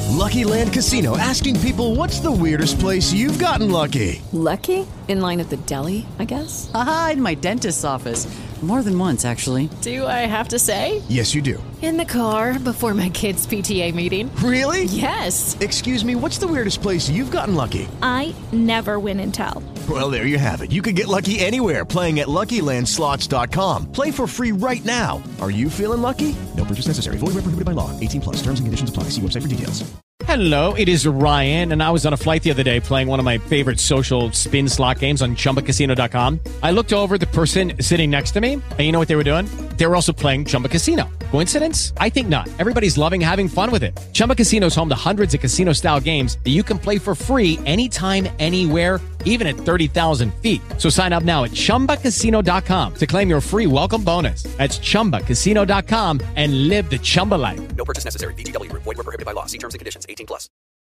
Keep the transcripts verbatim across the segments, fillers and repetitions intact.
Lucky Land Casino, asking people, what's the weirdest place you've gotten lucky? Lucky? In line at the deli, I guess? Aha, in my dentist's office. More than once, actually. Do I have to say? Yes, you do. In the car before my kids' P T A meeting. Really? Yes. Excuse me, what's the weirdest place you've gotten lucky? I never win and tell. Well, there you have it. You can get lucky anywhere, playing at Lucky Land Slots dot com. Play for free right now. Are you feeling lucky? No purchase necessary. Void where prohibited by law. eighteen plus. Terms and conditions apply. See website for details. Hello, it is Ryan, and I was on a flight the other day playing one of my favorite social spin slot games on Chumba Casino dot com. I looked over at the person sitting next to me, and you know what they were doing? They were also playing Chumba Casino. Coincidence? I think not. Everybody's loving having fun with it. Chumba Casino is home to hundreds of casino-style games that you can play for free anytime, anywhere, even at thirty thousand feet. So sign up now at Chumba Casino dot com to claim your free welcome bonus. That's Chumba Casino dot com and live the Chumba life. No purchase necessary. V G W. Void where prohibited by law. See terms and conditions. eighteen plus.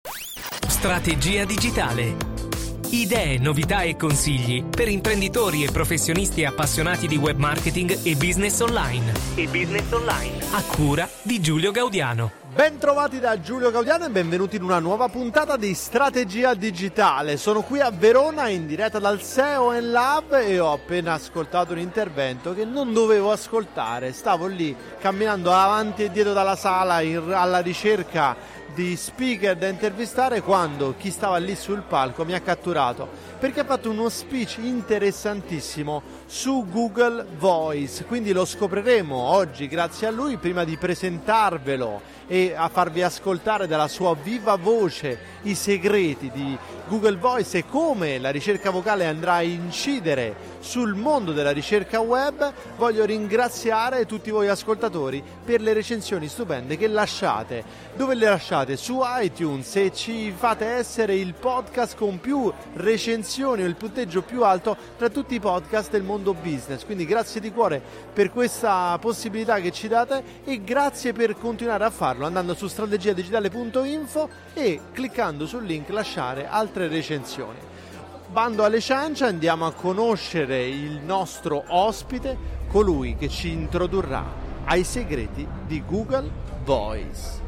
Strategia digitale. Idee, novità e consigli per imprenditori e professionisti appassionati di web marketing e business online. E business online. A cura di Giulio Gaudiano. Ben trovati da Giulio Gaudiano e benvenuti in una nuova puntata di Strategia Digitale. Sono qui a Verona in diretta dal S E O and Lab e ho appena ascoltato un intervento che non dovevo ascoltare. Stavo lì camminando avanti e dietro dalla sala in, alla ricerca di speaker da intervistare quando chi stava lì sul palco mi ha catturato perché ha fatto uno speech interessantissimo su Google Voice, quindi lo scopriremo oggi grazie a lui. Prima di presentarvelo e a farvi ascoltare dalla sua viva voce i segreti di Google Voice e come la ricerca vocale andrà a incidere sul mondo della ricerca web, voglio ringraziare tutti voi ascoltatori per le recensioni stupende che lasciate. Dove le lasciate? Su iTunes, e ci fate essere il podcast con più recensioni o il punteggio più alto tra tutti i podcast del mondo business. Quindi grazie di cuore per questa possibilità che ci date e grazie per continuare a farlo andando su strategia digitale punto info e cliccando sul link lasciare altre recensioni. Bando alle ciance, andiamo a conoscere il nostro ospite, colui che ci introdurrà ai segreti di Google Voice.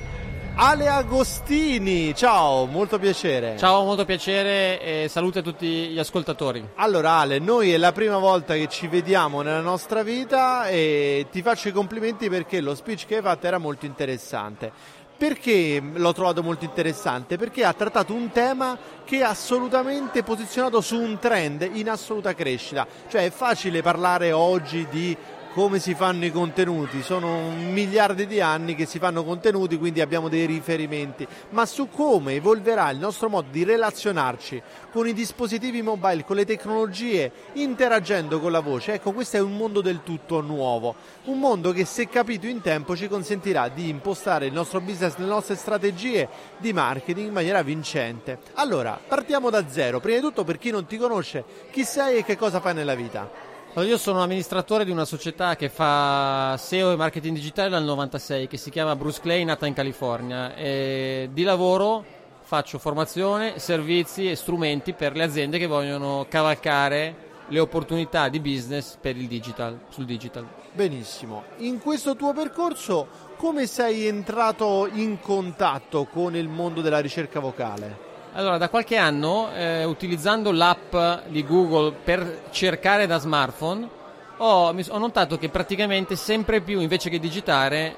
Ale Agostini, ciao, molto piacere. Ciao, molto piacere e salute a tutti gli ascoltatori. Allora Ale, noi è la prima volta che ci vediamo nella nostra vita e ti faccio i complimenti perché lo speech che hai fatto era molto interessante. Perché l'ho trovato molto interessante? Perché ha trattato un tema che è assolutamente posizionato su un trend in assoluta crescita. Cioè è facile parlare oggi di come si fanno i contenuti, sono miliardi di anni che si fanno contenuti, quindi abbiamo dei riferimenti, ma su come evolverà il nostro modo di relazionarci con i dispositivi mobile, con le tecnologie, interagendo con la voce, ecco, questo è un mondo del tutto nuovo, un mondo che se capito in tempo ci consentirà di impostare il nostro business, le nostre strategie di marketing in maniera vincente. Allora, partiamo da zero, prima di tutto per chi non ti conosce, chi sei e che cosa fai nella vita? Allora, io sono amministratore di una società che fa S E O e marketing digitale dal novantasei, che si chiama Bruce Clay, nata in California. E di lavoro faccio formazione, servizi e strumenti per le aziende che vogliono cavalcare le opportunità di business per il digital, sul digital. Benissimo. In questo tuo percorso come sei entrato in contatto con il mondo della ricerca vocale? Allora, da qualche anno, eh, utilizzando l'app di Google per cercare da smartphone, ho, mi, ho notato che praticamente sempre più, invece che digitare,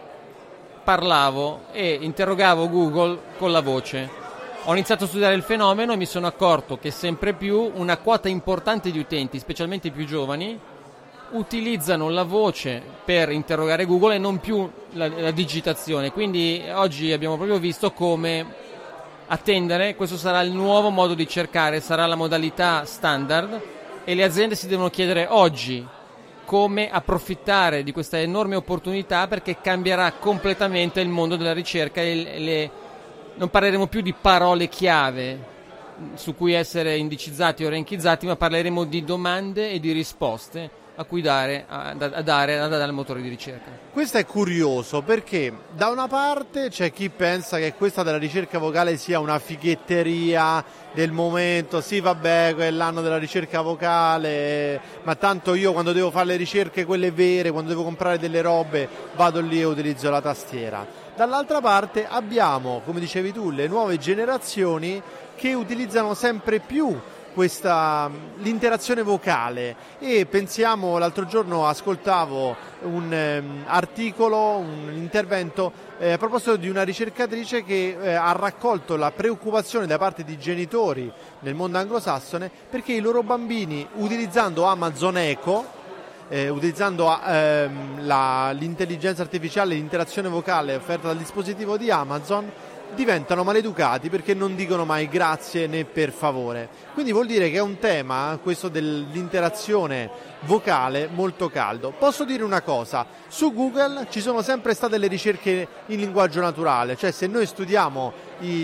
parlavo e interrogavo Google con la voce. Ho iniziato a studiare il fenomeno e mi sono accorto che sempre più una quota importante di utenti, specialmente i più giovani, utilizzano la voce per interrogare Google e non più la, la digitazione. Quindi oggi abbiamo proprio visto come attendere, questo sarà il nuovo modo di cercare, sarà la modalità standard e le aziende si devono chiedere oggi come approfittare di questa enorme opportunità, perché cambierà completamente il mondo della ricerca e le, non parleremo più di parole chiave su cui essere indicizzati o rankizzati, ma parleremo di domande e di risposte a cui dare a, a dare a dare al motore di ricerca. Questo è curioso perché da una parte c'è chi pensa che questa della ricerca vocale sia una fighetteria del momento, sì vabbè, quell'anno della ricerca vocale, ma tanto io quando devo fare le ricerche quelle vere, quando devo comprare delle robe, vado lì e utilizzo la tastiera. Dall'altra parte abbiamo, come dicevi tu, le nuove generazioni che utilizzano sempre più questa l'interazione vocale e pensiamo, l'altro giorno ascoltavo un um, articolo, un intervento eh, a proposito di una ricercatrice che eh, ha raccolto la preoccupazione da parte di genitori nel mondo anglosassone perché i loro bambini, utilizzando Amazon Echo, eh, utilizzando ehm, la, l'intelligenza artificiale, l'interazione vocale offerta dal dispositivo di Amazon, diventano maleducati perché non dicono mai grazie né per favore. Quindi vuol dire che è un tema, questo dell'interazione vocale, molto caldo. Posso dire una cosa, su Google ci sono sempre state le ricerche in linguaggio naturale, cioè se noi studiamo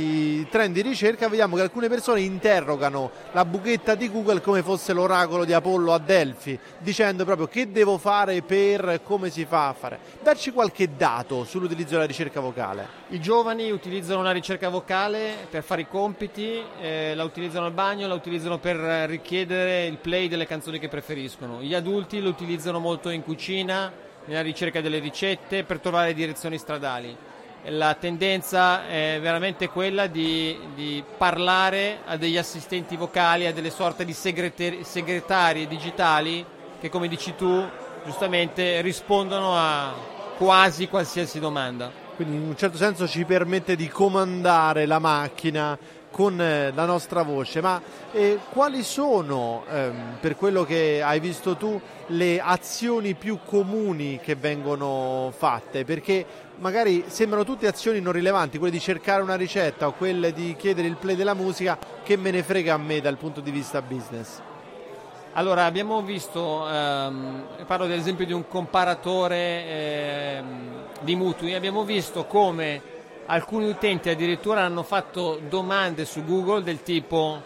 i trend di ricerca vediamo che alcune persone interrogano la buchetta di Google come fosse l'oracolo di Apollo a Delfi, dicendo proprio che devo fare per, come si fa a fare. Darci qualche dato sull'utilizzo della ricerca vocale. I giovani utilizzano la ricerca vocale per fare i compiti, eh, la utilizzano al bagno, la utilizzano per richiedere il play delle canzoni che preferiscono. Gli adulti lo utilizzano molto in cucina, nella ricerca delle ricette, per trovare direzioni stradali. La tendenza è veramente quella di, di parlare a degli assistenti vocali, a delle sorte di segretari, segretarie digitali che, come dici tu, giustamente rispondono a quasi qualsiasi domanda. Quindi in un certo senso ci permette di comandare la macchina con eh, la nostra voce. Ma eh, quali sono, ehm, per quello che hai visto tu, le azioni più comuni che vengono fatte? Perché magari sembrano tutte azioni non rilevanti, quelle di cercare una ricetta o quelle di chiedere il play della musica, che me ne frega a me dal punto di vista business. Allora, abbiamo visto, ehm, parlo ad esempio di un comparatore ehm, di mutui, abbiamo visto come alcuni utenti addirittura hanno fatto domande su Google del tipo: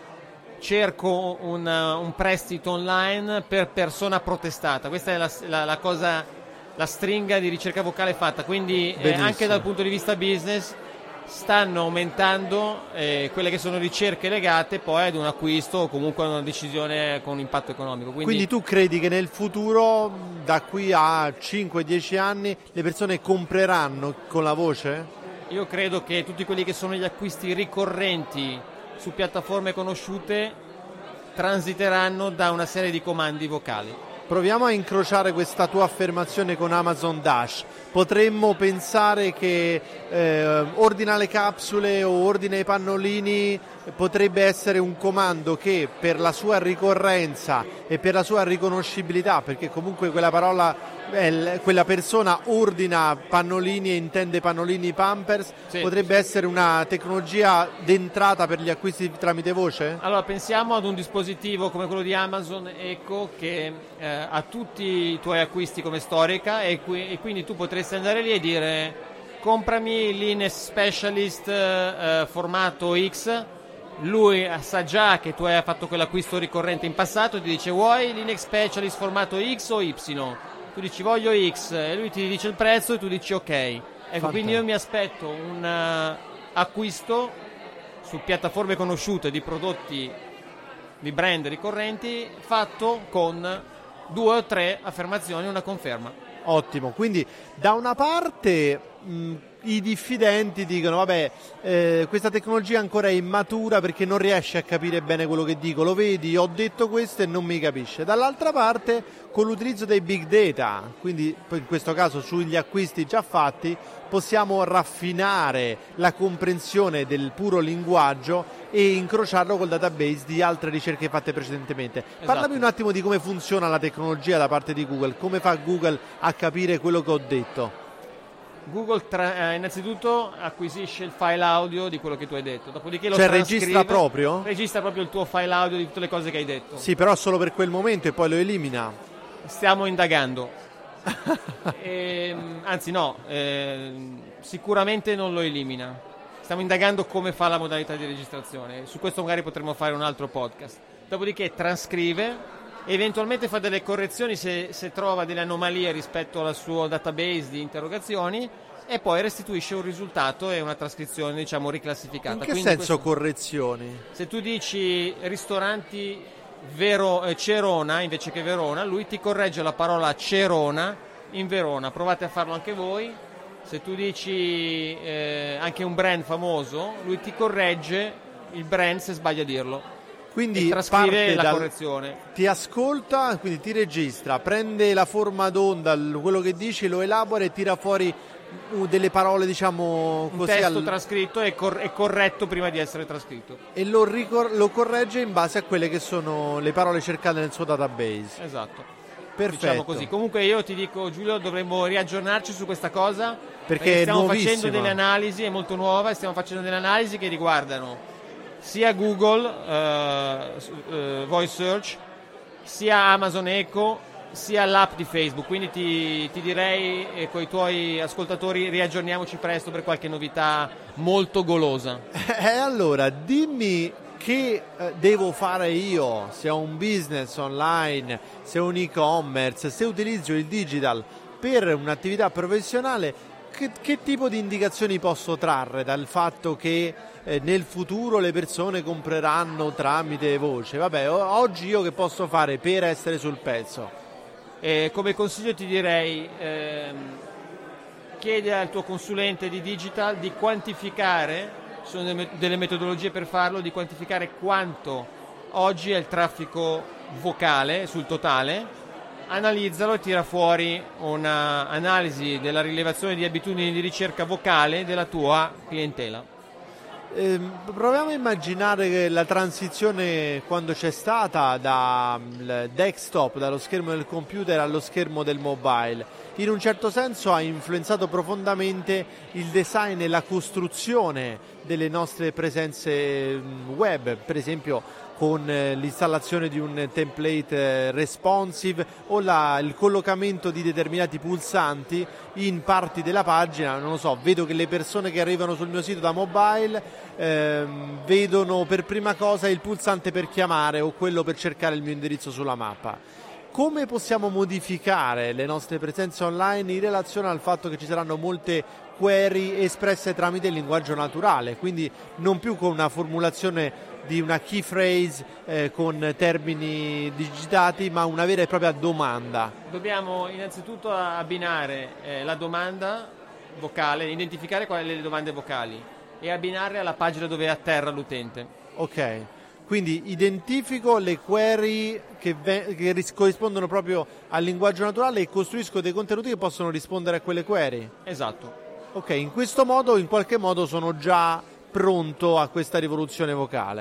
cerco un, un prestito online per persona protestata. Questa è la, la, la cosa, la stringa di ricerca vocale fatta, quindi eh, anche dal punto di vista business stanno aumentando eh, quelle che sono ricerche legate poi ad un acquisto o comunque a una decisione con un impatto economico. Quindi, Quindi tu credi che nel futuro, da qui a cinque dieci anni, le persone compreranno con la voce? Io credo che tutti quelli che sono gli acquisti ricorrenti su piattaforme conosciute transiteranno da una serie di comandi vocali. Proviamo a incrociare questa tua affermazione con Amazon Dash. Potremmo pensare che eh, ordina le capsule o ordina i pannolini potrebbe essere un comando che per la sua ricorrenza e per la sua riconoscibilità, perché comunque quella parola, eh, quella persona ordina pannolini e intende pannolini Pampers, sì, potrebbe essere una tecnologia d'entrata per gli acquisti tramite voce? Allora pensiamo ad un dispositivo come quello di Amazon Echo che eh, ha tutti i tuoi acquisti come storica e, qui, e quindi tu potresti andare lì e dire: comprami l'Inex Specialist eh, formato X. Lui sa già che tu hai fatto quell'acquisto ricorrente in passato e ti dice: vuoi l'Inex Specialist formato X o Y? Tu dici voglio X e lui ti dice il prezzo e tu dici ok. Ecco, Fantastico. Quindi io mi aspetto un uh, acquisto su piattaforme conosciute di prodotti di brand ricorrenti fatto con due o tre affermazioni e una conferma. Ottimo, quindi da una parte mh, i diffidenti dicono vabbè eh, questa tecnologia ancora è immatura perché non riesce a capire bene quello che dico, lo vedi, ho detto questo e non mi capisce. Dall'altra parte con l'utilizzo dei big data, quindi in questo caso sugli acquisti già fatti, possiamo raffinare la comprensione del puro linguaggio e incrociarlo col database di altre ricerche fatte precedentemente. Esatto. Parlami un attimo di come funziona la tecnologia da parte di Google, come fa Google a capire quello che ho detto? Google tra- eh, innanzitutto acquisisce il file audio di quello che tu hai detto, dopodiché lo cioè trascrive, registra proprio? Registra proprio il tuo file audio di tutte le cose che hai detto. Sì, però solo per quel momento e poi lo elimina. Stiamo indagando. e, anzi no, eh, sicuramente non lo elimina. Stiamo indagando come fa la modalità di registrazione. Su questo magari potremmo fare un altro podcast. Dopodiché trascrive eventualmente fa delle correzioni se, se trova delle anomalie rispetto al suo database di interrogazioni, e poi restituisce un risultato e una trascrizione, diciamo, riclassificata. In che Quindi senso questo, correzioni? se tu dici ristoranti Vero, eh, Cerona invece che Verona, lui ti corregge la parola Cerona in Verona. Provate a farlo anche voi. Se tu dici eh, anche un brand famoso, lui ti corregge il brand se sbaglia a dirlo. Quindi e trascrive la dal, correzione. Ti ascolta, quindi ti registra, prende la forma d'onda, quello che dici, lo elabora e tira fuori uh, delle parole, diciamo un così, testo al... trascritto e cor- è corretto prima di essere trascritto. E lo, ricor- lo corregge in base a quelle che sono le parole cercate nel suo database. Esatto. Perfetto. Diciamo così. Comunque io ti dico, Giulio, dovremmo riaggiornarci su questa cosa, perché, perché stiamo è nuovissima. facendo delle analisi, è molto nuova, e stiamo facendo delle analisi che riguardano sia Google eh, eh, Voice Search, sia Amazon Echo, sia l'app di Facebook. Quindi ti, ti direi, e con i tuoi ascoltatori, riaggiorniamoci presto per qualche novità molto golosa. E allora dimmi che eh, devo fare io se ho un business online, se ho un e-commerce, se utilizzo il digital per un'attività professionale. Che, che tipo di indicazioni posso trarre dal fatto che eh, nel futuro le persone compreranno tramite voce? Vabbè, o- oggi io che posso fare per essere sul pezzo? Eh, come consiglio ti direi, ehm, chiedi al tuo consulente di digital di quantificare, ci sono delle, delle metodologie per farlo, di quantificare quanto oggi è il traffico vocale sul totale. Analizzalo e tira fuori un'analisi della rilevazione di abitudini di ricerca vocale della tua clientela. Eh, proviamo a immaginare che la transizione, quando c'è stata dal desktop, dallo schermo del computer allo schermo del mobile, in un certo senso ha influenzato profondamente il design e la costruzione delle nostre presenze web, per esempio con l'installazione di un template responsive o la, il collocamento di determinati pulsanti in parti della pagina. Non lo so, vedo che le persone che arrivano sul mio sito da mobile ehm, vedono per prima cosa il pulsante per chiamare o quello per cercare il mio indirizzo sulla mappa. Come possiamo modificare le nostre presenze online in relazione al fatto che ci saranno molte query espresse tramite il linguaggio naturale, quindi non più con una formulazione di una key phrase eh, con termini digitati, ma una vera e propria domanda? Dobbiamo innanzitutto abbinare eh, la domanda vocale, identificare quali sono le domande vocali e abbinarle alla pagina dove atterra l'utente. Ok, quindi identifico le query che, ve- che ris- corrispondono proprio al linguaggio naturale e costruisco dei contenuti che possono rispondere a quelle query? Esatto. Ok, in questo modo, in qualche modo, sono già pronto a questa rivoluzione vocale.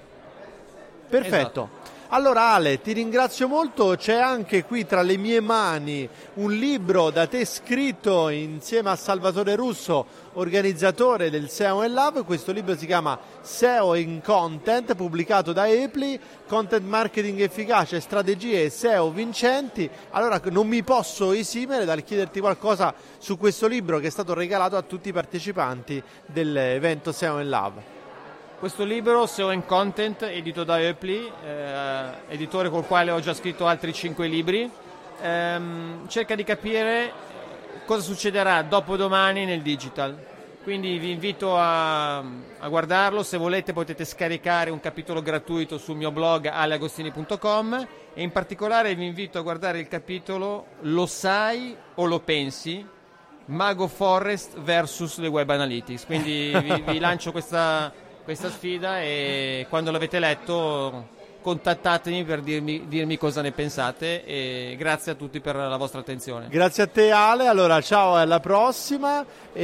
Perfetto. Esatto. Allora Ale, ti ringrazio molto. C'è anche qui tra le mie mani un libro da te scritto insieme a Salvatore Russo, organizzatore del S E O and Love. Questo libro si chiama S E O in Content, pubblicato da Epli, Content Marketing Efficace, Strategie S E O Vincenti. Allora non mi posso esimere dal chiederti qualcosa su questo libro che è stato regalato a tutti i partecipanti dell'evento S E O and Love. Questo libro, S E O in Content, edito da Epli, eh, editore col quale ho già scritto altri cinque libri, ehm, cerca di capire cosa succederà dopodomani nel digital. Quindi vi invito a, a guardarlo. Se volete potete scaricare un capitolo gratuito sul mio blog ale agostini punto com, e in particolare vi invito a guardare il capitolo Lo sai o lo pensi? Mago Forest versus le Web Analytics. Quindi vi, vi lancio questa... questa sfida, e quando l'avete letto contattatemi per dirmi, dirmi cosa ne pensate, e grazie a tutti per la vostra attenzione. Grazie a te Ale, allora ciao e alla prossima,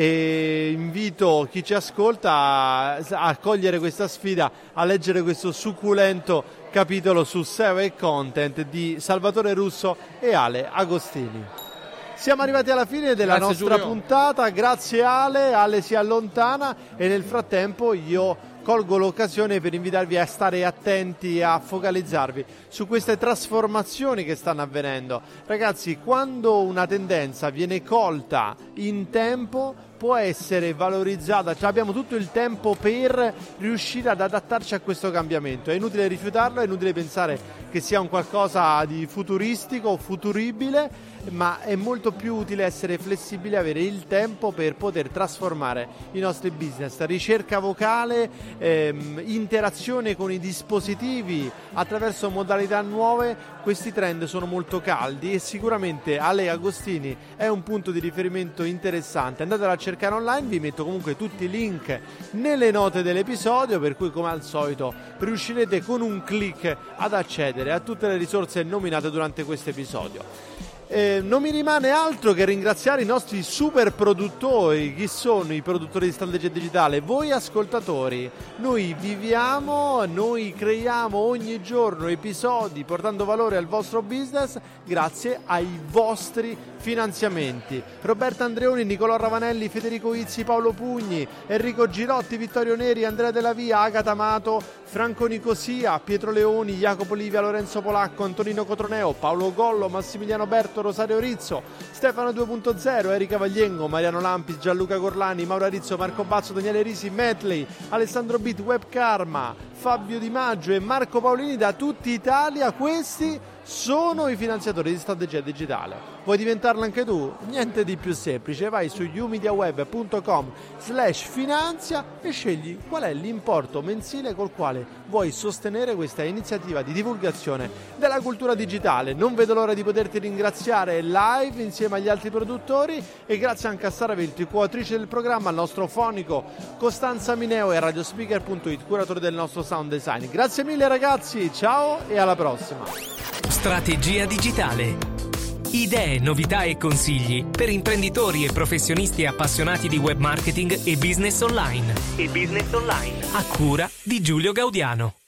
e invito chi ci ascolta a, a cogliere questa sfida, a leggere questo succulento capitolo su S E O e Content di Salvatore Russo e Ale Agostini. Siamo arrivati alla fine della Grazie, nostra Giulio. puntata, grazie Ale, Ale si allontana e nel frattempo io colgo l'occasione per invitarvi a stare attenti e a focalizzarvi su queste trasformazioni che stanno avvenendo. Ragazzi, quando una tendenza viene colta in tempo può essere valorizzata, cioè abbiamo tutto il tempo per riuscire ad adattarci a questo cambiamento. È inutile rifiutarlo, è inutile pensare che sia un qualcosa di futuristico o futuribile, ma è molto più utile essere flessibili, avere il tempo per poter trasformare i nostri business. Ricerca vocale, ehm, interazione con i dispositivi attraverso modalità nuove, questi trend sono molto caldi e sicuramente Ale Agostini è un punto di riferimento interessante. Andatela a cercare online, vi metto comunque tutti i link nelle note dell'episodio, per cui come al solito riuscirete con un click ad accedere a tutte le risorse nominate durante questo episodio. Eh, non mi rimane altro che ringraziare i nostri super produttori. Chi sono i produttori di Strategia Digitale? Voi ascoltatori. Noi viviamo, noi creiamo ogni giorno episodi portando valore al vostro business grazie ai vostri finanziamenti. Roberta Andreoni, Nicolò Ravanelli, Federico Izzi, Paolo Pugni, Enrico Girotti, Vittorio Neri, Andrea Della Via, Agata Amato, Franco Nicosia, Pietro Leoni, Jacopo Livia, Lorenzo Polacco, Antonino Cotroneo, Paolo Gollo, Massimiliano Berto, Rosario Rizzo, Stefano due punto zero, Erika Vagliengo, Mariano Lampis, Gianluca Gorlani, Maura Rizzo, Marco Bazzo, Daniele Risi, Metley, Alessandro Bit, Web Karma, Fabio Di Maggio e Marco Paolini da tutta Italia. Questi sono i finanziatori di Strategia Digitale. Vuoi diventarlo anche tu? Niente di più semplice, vai su umediaweb punto com slash finanzia e scegli qual è l'importo mensile col quale vuoi sostenere questa iniziativa di divulgazione della cultura digitale. Non vedo l'ora di poterti ringraziare live insieme agli altri produttori e grazie anche a Sara Veltri, coautrice del programma, al nostro fonico Costanza Mineo e a radiospeaker punto it, curatore del nostro sound design. Grazie mille ragazzi, ciao e alla prossima. Strategia digitale. Idee, novità e consigli per imprenditori e professionisti appassionati di web marketing e business online. E business online. A cura di Giulio Gaudiano.